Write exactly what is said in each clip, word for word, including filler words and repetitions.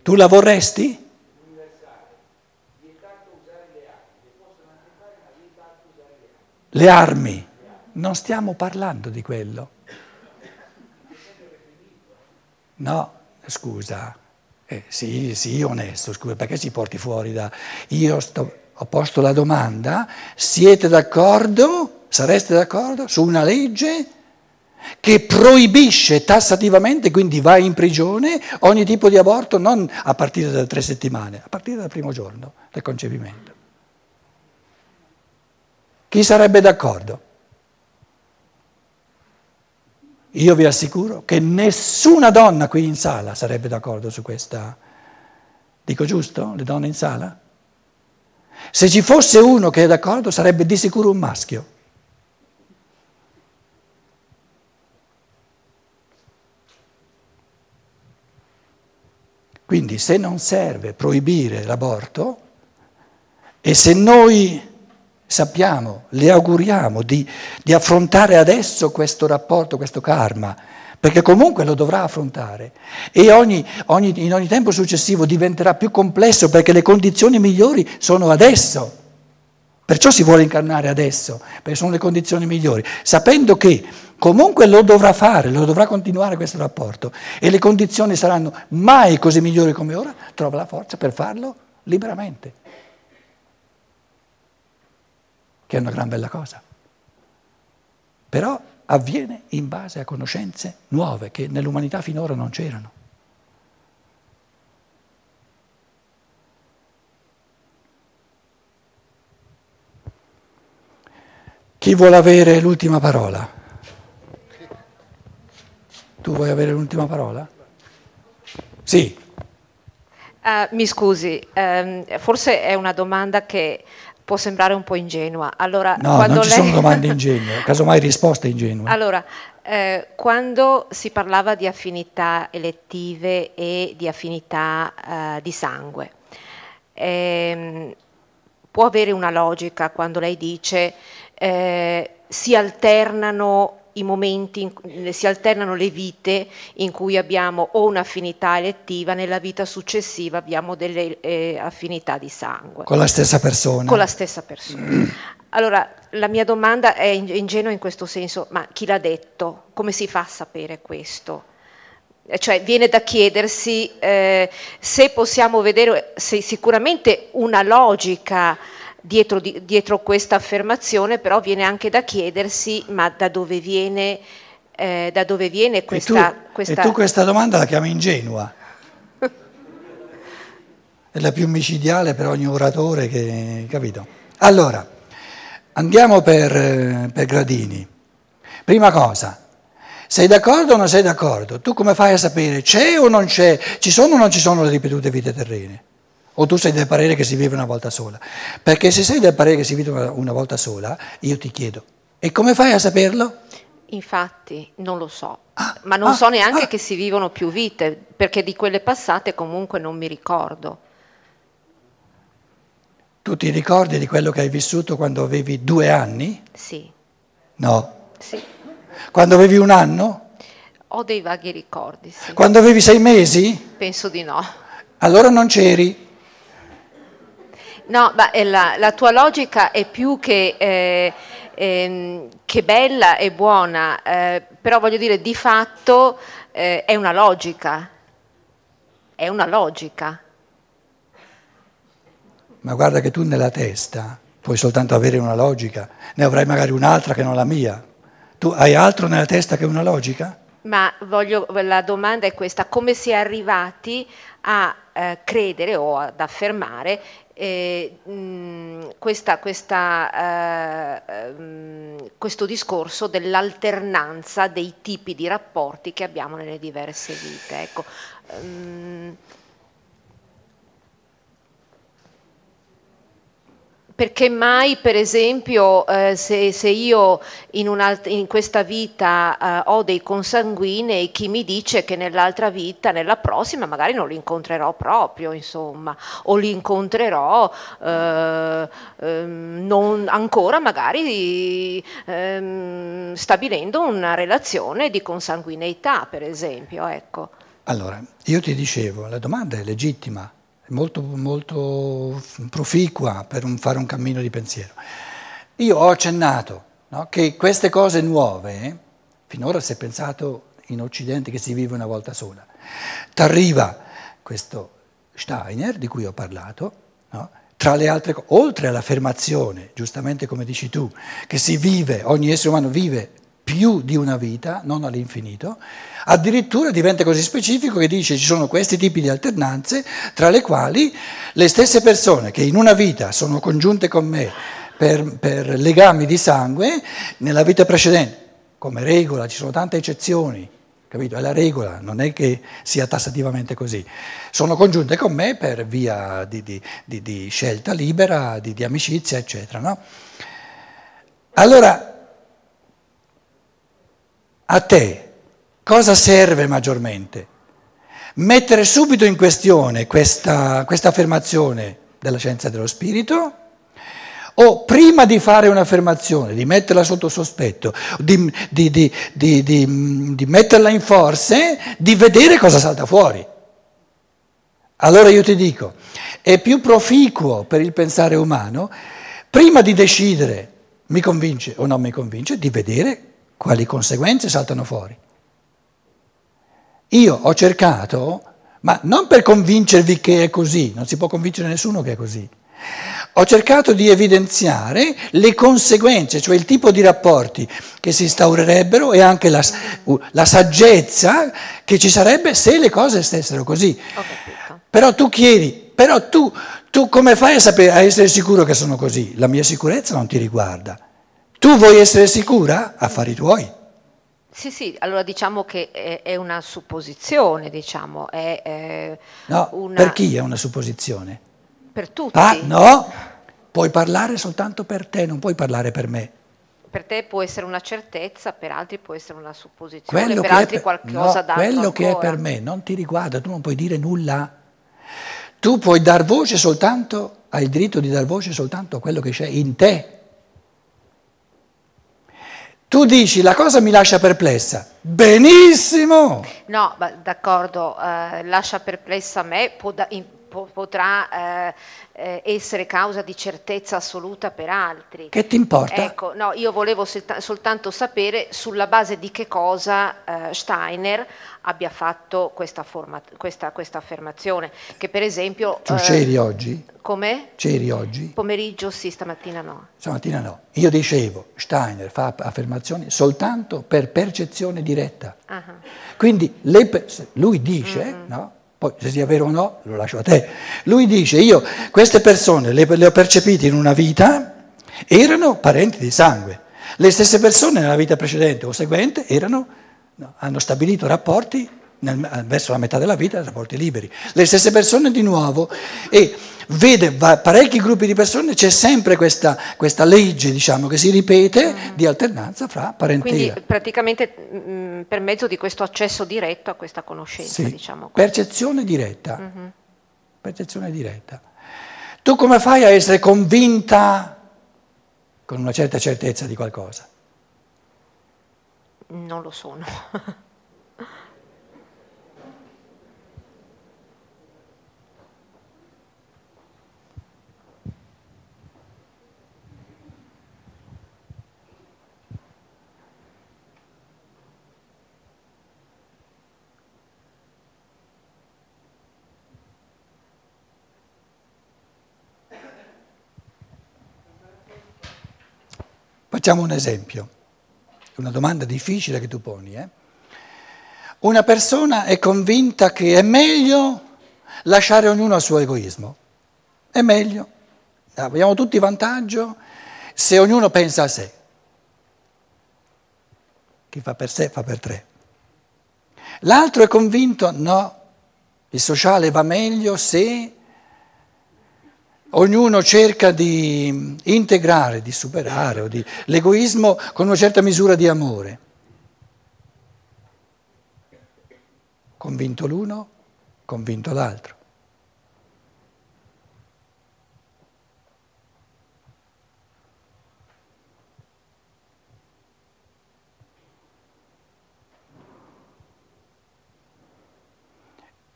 Tu la vorresti? Le armi. Non stiamo parlando di quello. No, scusa. Eh, sì, sì, onesto, scusa, perché ci porti fuori da... Io sto, ho posto la domanda, siete d'accordo, sareste d'accordo su una legge che proibisce tassativamente, quindi va in prigione, ogni tipo di aborto non a partire da tre settimane, a partire dal primo giorno del concepimento? Chi sarebbe d'accordo? Io vi assicuro che nessuna donna qui in sala sarebbe d'accordo su questa. Dico giusto? Le donne in sala? Se ci fosse uno che è d'accordo sarebbe di sicuro un maschio. Quindi se non serve proibire l'aborto e se noi sappiamo, le auguriamo di, di affrontare adesso questo rapporto, questo karma, perché comunque lo dovrà affrontare e ogni, ogni, in ogni tempo successivo diventerà più complesso perché le condizioni migliori sono adesso. Perciò si vuole incarnare adesso, perché sono le condizioni migliori, sapendo che comunque lo dovrà fare, lo dovrà continuare questo rapporto e le condizioni saranno mai così migliori come ora, trova la forza per farlo liberamente. Che è una gran bella cosa. Però avviene in base a conoscenze nuove che nell'umanità finora non c'erano. Chi vuole avere l'ultima parola? Tu vuoi avere l'ultima parola? Sì. Uh, mi scusi, um, forse è una domanda che può sembrare un po' ingenua. Allora, no, quando non ci lei... sono domande ingenue, casomai risposte ingenue. Allora, eh, quando si parlava di affinità elettive e di affinità eh, di sangue, ehm, può avere una logica quando lei dice eh, si alternano i momenti, in, si alternano le vite in cui abbiamo o un'affinità elettiva, nella vita successiva abbiamo delle eh, affinità di sangue. Con la stessa persona. Con la stessa persona. Allora, la mia domanda è ingenua in questo senso, ma chi l'ha detto? Come si fa a sapere questo? Cioè, viene da chiedersi eh, se possiamo vedere se sicuramente una logica dietro, di, dietro questa affermazione, però viene anche da chiedersi ma da dove viene, eh, da dove viene questa, e tu, questa... E tu questa domanda la chiami ingenua? È la più micidiale per ogni oratore che... capito? Allora, andiamo per, per gradini. Prima cosa, sei d'accordo o non sei d'accordo? Tu come fai a sapere c'è o non c'è, ci sono o non ci sono le ripetute vite terrene? O tu sei del parere che si vive una volta sola? Perché se sei del parere che si vive una, una volta sola, io ti chiedo, e come fai a saperlo? Infatti, non lo so, ah, ma non ah, so neanche ah. che si vivono più vite, perché di quelle passate comunque non mi ricordo. Tu ti ricordi di quello che hai vissuto quando avevi due anni? Sì. No. Sì. Quando avevi un anno? Ho dei vaghi ricordi, sì. Quando avevi sei mesi? Penso di no. Allora non c'eri. No, ma la, la tua logica è più che, eh, ehm, che bella e buona, eh, però voglio dire, di fatto eh, è una logica. È una logica. Ma guarda che tu nella testa puoi soltanto avere una logica, ne avrai magari un'altra che non la mia. Tu hai altro nella testa che una logica? Ma voglio, la domanda è questa, come si è arrivati a eh, credere o ad affermare eh, mh, questa, questa, eh, mh, questo discorso dell'alternanza dei tipi di rapporti che abbiamo nelle diverse vite? Ecco. Um, Perché mai, per esempio, eh, se, se io in, in questa vita eh, ho dei consanguinei, chi mi dice che nell'altra vita, nella prossima, magari non li incontrerò proprio, insomma, o li incontrerò eh, ehm, non ancora magari ehm, stabilendo una relazione di consanguineità, per esempio, ecco. Allora, io ti dicevo, la domanda è legittima, è molto, molto proficua per un- fare un cammino di pensiero. Io ho accennato, no, che queste cose nuove, eh, finora si è pensato in Occidente che si vive una volta sola. T'arriva questo Steiner, di cui ho parlato, no, tra le altre cose, oltre all'affermazione, giustamente come dici tu, che si vive, ogni essere umano vive più di una vita, non all'infinito, addirittura diventa così specifico che dice ci sono questi tipi di alternanze tra le quali le stesse persone che in una vita sono congiunte con me per, per legami di sangue, nella vita precedente, come regola, ci sono tante eccezioni, capito? È la regola, non è che sia tassativamente così, sono congiunte con me per via di, di, di, di scelta libera, di, di amicizia, eccetera, no? Allora, a te cosa serve maggiormente? Mettere subito in questione questa, questa affermazione della scienza dello spirito o prima di fare un'affermazione, di metterla sotto sospetto, di, di, di, di, di, di metterla in forse, di vedere cosa salta fuori? Allora io ti dico, è più proficuo per il pensare umano, prima di decidere mi convince o non mi convince, di vedere quali conseguenze saltano fuori. Io ho cercato, ma non per convincervi che è così, non si può convincere nessuno che è così, ho cercato di evidenziare le conseguenze, cioè il tipo di rapporti che si instaurerebbero e anche la, la saggezza che ci sarebbe se le cose stessero così. Ho capito. Però tu chiedi, però tu, tu come fai a sapere, a essere sicuro che sono così? La mia sicurezza non ti riguarda. Tu vuoi essere sicura? Affari tuoi. Sì, sì, allora diciamo che è, è una supposizione, diciamo, è eh, No, una... per chi è una supposizione? Per Ah, tutti. no, puoi parlare soltanto per te, non puoi parlare per me. Per te può essere una certezza, per altri può essere una supposizione, Quello per che è altri per, qualcosa no, d'altro quello che è ancora. per me non ti riguarda, tu non puoi dire nulla. Tu puoi dar voce soltanto, hai il diritto di dar voce soltanto a quello che c'è in te. Tu dici la cosa mi lascia perplessa, benissimo! No, ma d'accordo, eh, lascia perplessa me, può da- in- po- potrà eh, eh, essere causa di certezza assoluta per altri. Che ti importa? Ecco, no, io volevo solta- soltanto sapere sulla base di che cosa eh, Steiner abbia fatto questa, forma- questa, questa affermazione, che per esempio... Tu eh, c'eri oggi? come? C'eri oggi? Pomeriggio sì, stamattina no. Stamattina no. Io dicevo, Steiner fa affermazioni soltanto per percezione diretta. Ah, Quindi le pe- se lui dice, no? Poi se sia vero o no lo lascio a te, lui dice io queste persone le, le ho percepite in una vita, erano parenti di sangue, le stesse persone nella vita precedente o seguente erano, no, hanno stabilito rapporti nel- verso la metà della vita, rapporti liberi, le stesse persone di nuovo e vede va- parecchi gruppi di persone, c'è sempre questa, questa legge, diciamo, che si ripete di alternanza fra quindi parentela. praticamente mh, per mezzo di questo accesso diretto a questa conoscenza, Sì, diciamo così. percezione diretta, percezione diretta. Tu come fai a essere convinta con una certa certezza di qualcosa? Non lo sono. Facciamo un esempio, una domanda difficile che tu poni. Eh? Una persona è convinta che è meglio lasciare ognuno al suo egoismo, è meglio, abbiamo tutti vantaggio se ognuno pensa a sé. Chi fa per sé fa per tre. L'altro è convinto, no, il sociale va meglio se ognuno cerca di integrare, di superare o di, l'egoismo con una certa misura di amore. Convinto l'uno, convinto l'altro.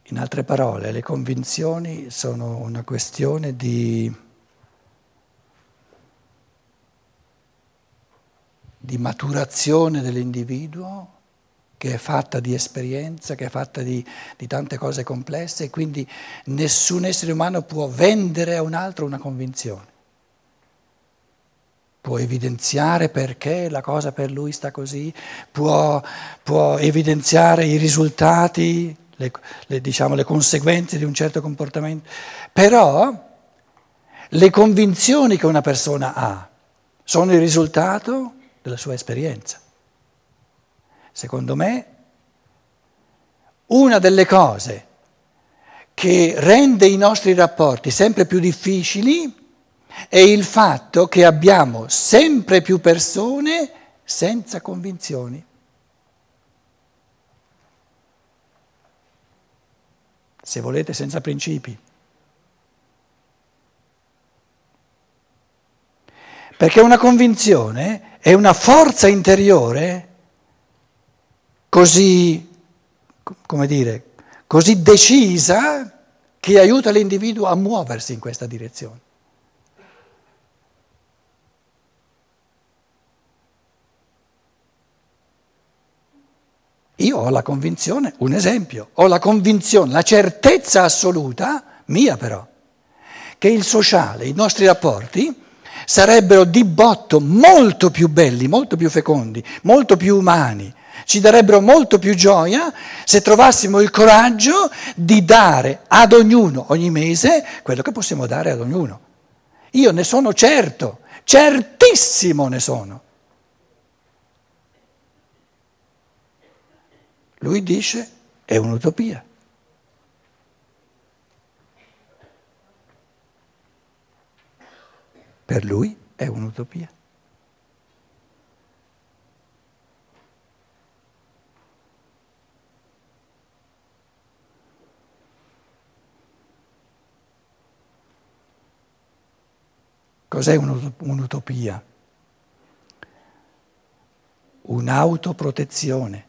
In altre parole, le convinzioni sono una questione di, di maturazione dell'individuo, che è fatta di esperienza, che è fatta di, di tante cose complesse, e quindi nessun essere umano può vendere a un altro una convinzione. Può evidenziare perché la cosa per lui sta così, può, può evidenziare i risultati, le, le, diciamo, le conseguenze di un certo comportamento, però le convinzioni che una persona ha sono il risultato della sua esperienza. Secondo me, una delle cose che rende i nostri rapporti sempre più difficili è il fatto che abbiamo sempre più persone senza convinzioni. Se volete, senza principi. Perché una convinzione è una forza interiore così, come dire, così decisa che aiuta l'individuo a muoversi in questa direzione. Io ho la convinzione, un esempio, ho la convinzione, la certezza assoluta, mia però, che il sociale, i nostri rapporti sarebbero di botto molto più belli, molto più fecondi, molto più umani, ci darebbero molto più gioia se trovassimo il coraggio di dare ad ognuno ogni mese quello che possiamo dare ad ognuno. Io ne sono certo, certissimo ne sono. Lui dice è un'utopia. Per lui è un'utopia. Cos'è un'utopia? Un'autoprotezione.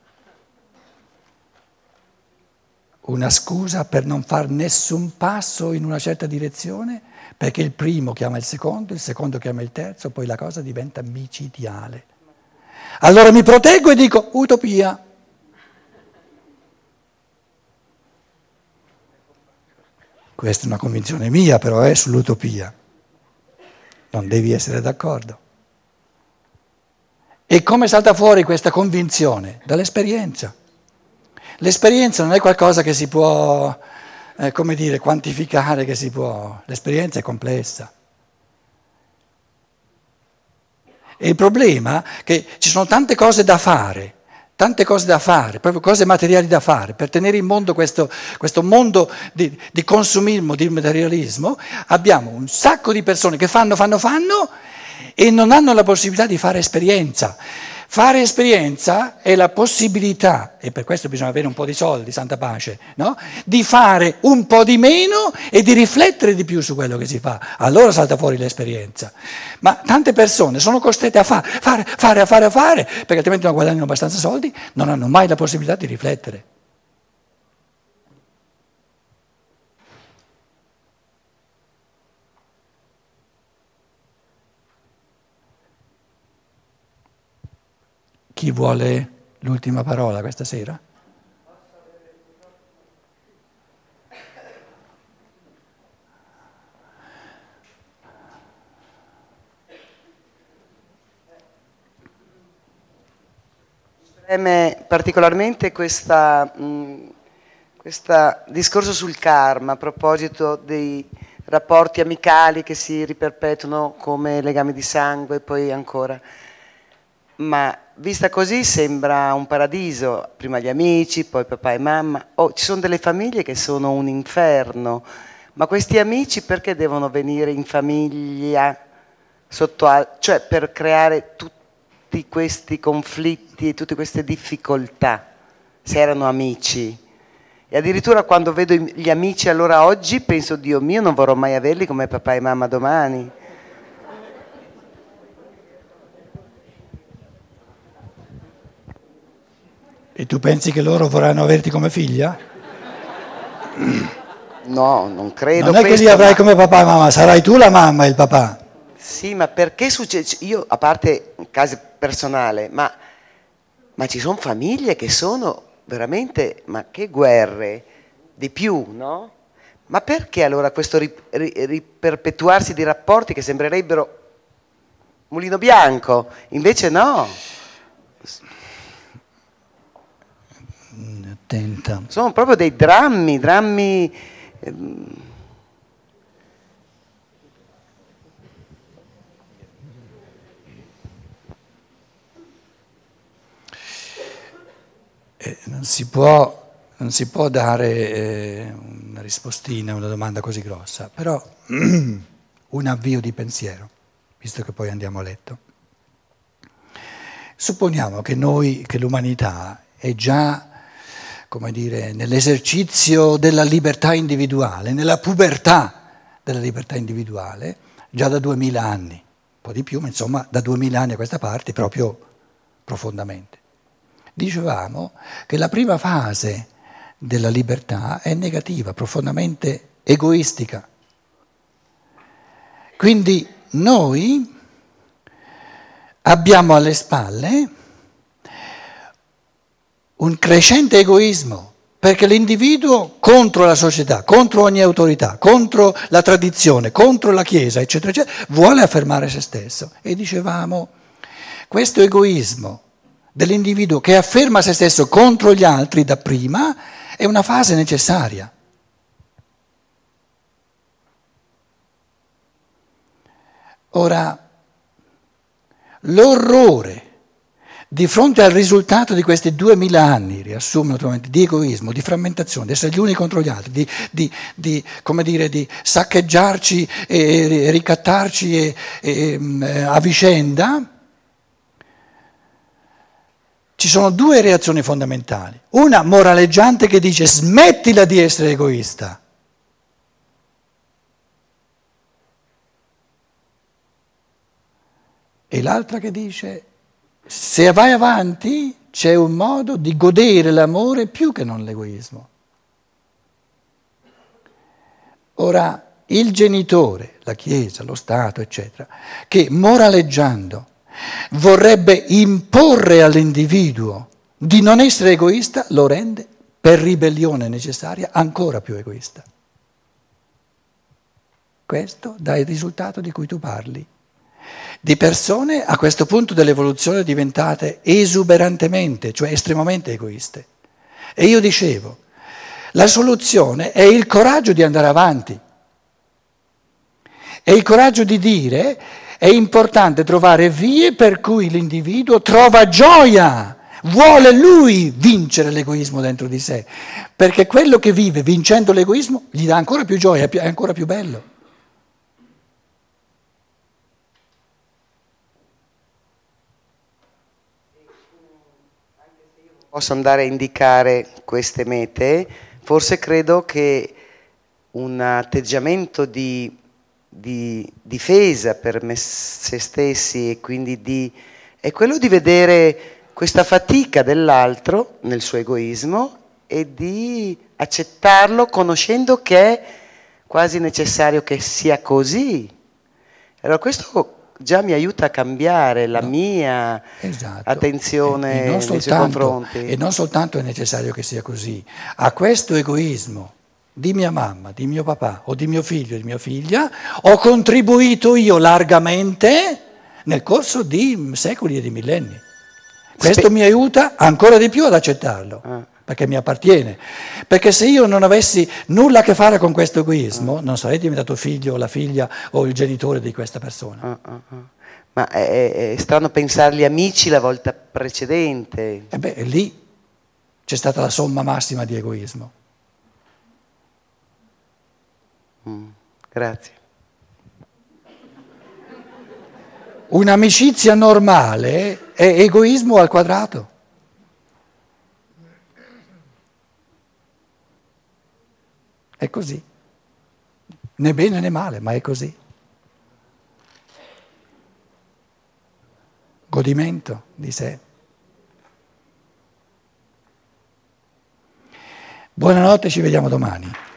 Una scusa per non far nessun passo in una certa direzione, perché il primo chiama il secondo, il secondo chiama il terzo, poi la cosa diventa micidiale. Allora mi proteggo e dico utopia. Questa è una convinzione mia, però è sull'utopia. Non devi essere d'accordo. E come salta fuori questa convinzione? Dall'esperienza. L'esperienza non è qualcosa che si può, eh, come dire, quantificare, che si può. L'esperienza è complessa. E il problema è che ci sono tante cose da fare, tante cose da fare, proprio cose materiali da fare, per tenere in mondo questo, questo mondo di, di consumismo, di materialismo, abbiamo un sacco di persone che fanno, fanno, fanno e non hanno la possibilità di fare esperienza. Fare esperienza è la possibilità, e per questo bisogna avere un po' di soldi, santa pace, no? Di fare un po' di meno e di riflettere di più su quello che si fa. Allora salta fuori l'esperienza. Ma tante persone sono costrette a fare, fare, fare, a fare, a fare, perché altrimenti non guadagnano abbastanza soldi, non hanno mai la possibilità di riflettere. Chi vuole l'ultima parola questa sera? Preme particolarmente questa, mh, questo discorso sul karma a proposito dei rapporti amicali che si riperpetuano come legami di sangue e poi ancora. Ma vista così sembra un paradiso, prima gli amici, poi papà e mamma. Oh, ci sono delle famiglie che sono un inferno, ma questi amici perché devono venire in famiglia, sotto al- cioè per creare tutti questi conflitti e tutte queste difficoltà, se erano amici. E addirittura quando vedo gli amici allora oggi penso, Dio mio, non vorrò mai averli come papà e mamma domani. E tu pensi che loro vorranno averti come figlia? No, non credo. Non è che questo, li avrai ma... come papà e mamma, sarai tu la mamma e il papà. Sì, ma perché succede? Io, a parte un caso personale, ma, ma ci sono famiglie che sono veramente, ma che guerre, di più, no? Ma perché allora questo ri, ri, riperpetuarsi di rapporti che sembrerebbero mulino bianco? Invece no. Attenta. Sono proprio dei drammi, drammi... Ehm, Eh, non si può, non si può dare eh, una rispostina a una domanda così grossa, però un avvio di pensiero, visto che poi andiamo a letto. Supponiamo che noi, che l'umanità è già, come dire, nell'esercizio della libertà individuale, nella pubertà della libertà individuale, già da duemila anni, un po' di più, ma insomma da duemila anni a questa parte proprio profondamente. Dicevamo che la prima fase della libertà è negativa, profondamente egoistica. Quindi noi abbiamo alle spalle un crescente egoismo, perché l'individuo contro la società, contro ogni autorità, contro la tradizione, contro la Chiesa, eccetera, eccetera, vuole affermare se stesso. E dicevamo, questo egoismo dell'individuo che afferma se stesso contro gli altri dapprima è una fase necessaria. Ora, l'orrore di fronte al risultato di questi duemila anni, riassumo naturalmente, di egoismo, di frammentazione, di essere gli uni contro gli altri, di, di, di, come dire, di saccheggiarci e ricattarci e, e, a vicenda, ci sono due reazioni fondamentali. Una moraleggiante che dice smettila di essere egoista. E l'altra che dice se vai avanti c'è un modo di godere l'amore più che non l'egoismo. Ora, il genitore, la Chiesa, lo Stato, eccetera, che moraleggiando vorrebbe imporre all'individuo di non essere egoista, lo rende, per ribellione necessaria, ancora più egoista. Questo dà il risultato di cui tu parli. Di persone a questo punto dell'evoluzione diventate esuberantemente, cioè estremamente egoiste. E io dicevo, la soluzione è il coraggio di andare avanti. È il coraggio di dire è importante trovare vie per cui l'individuo trova gioia, vuole lui vincere l'egoismo dentro di sé, perché quello che vive vincendo l'egoismo gli dà ancora più gioia, è ancora più bello. Posso andare a indicare queste mete, forse credo che un atteggiamento di, di difesa per me se stessi e quindi di, è quello di vedere questa fatica dell'altro nel suo egoismo e di accettarlo conoscendo che è quasi necessario che sia così. Allora questo già mi aiuta a cambiare la no, mia esatto. attenzione e, e nei soltanto, suoi confronti. E non soltanto è necessario che sia così, a questo egoismo di mia mamma, di mio papà o di mio figlio, di mia figlia, ho contribuito io largamente nel corso di secoli e di millenni. Questo Spe- mi aiuta ancora di più ad accettarlo. Ah. Perché mi appartiene, perché se io non avessi nulla a che fare con questo egoismo non sarei diventato figlio o la figlia o il genitore di questa persona. Ah, ah, ah. Ma è, è strano pensarli amici la volta precedente. E beh, lì c'è stata la somma massima di egoismo. Mm, grazie. Un'amicizia normale è egoismo al quadrato. È così, né bene né male, ma è così. Godimento di sé. Buonanotte, ci vediamo domani.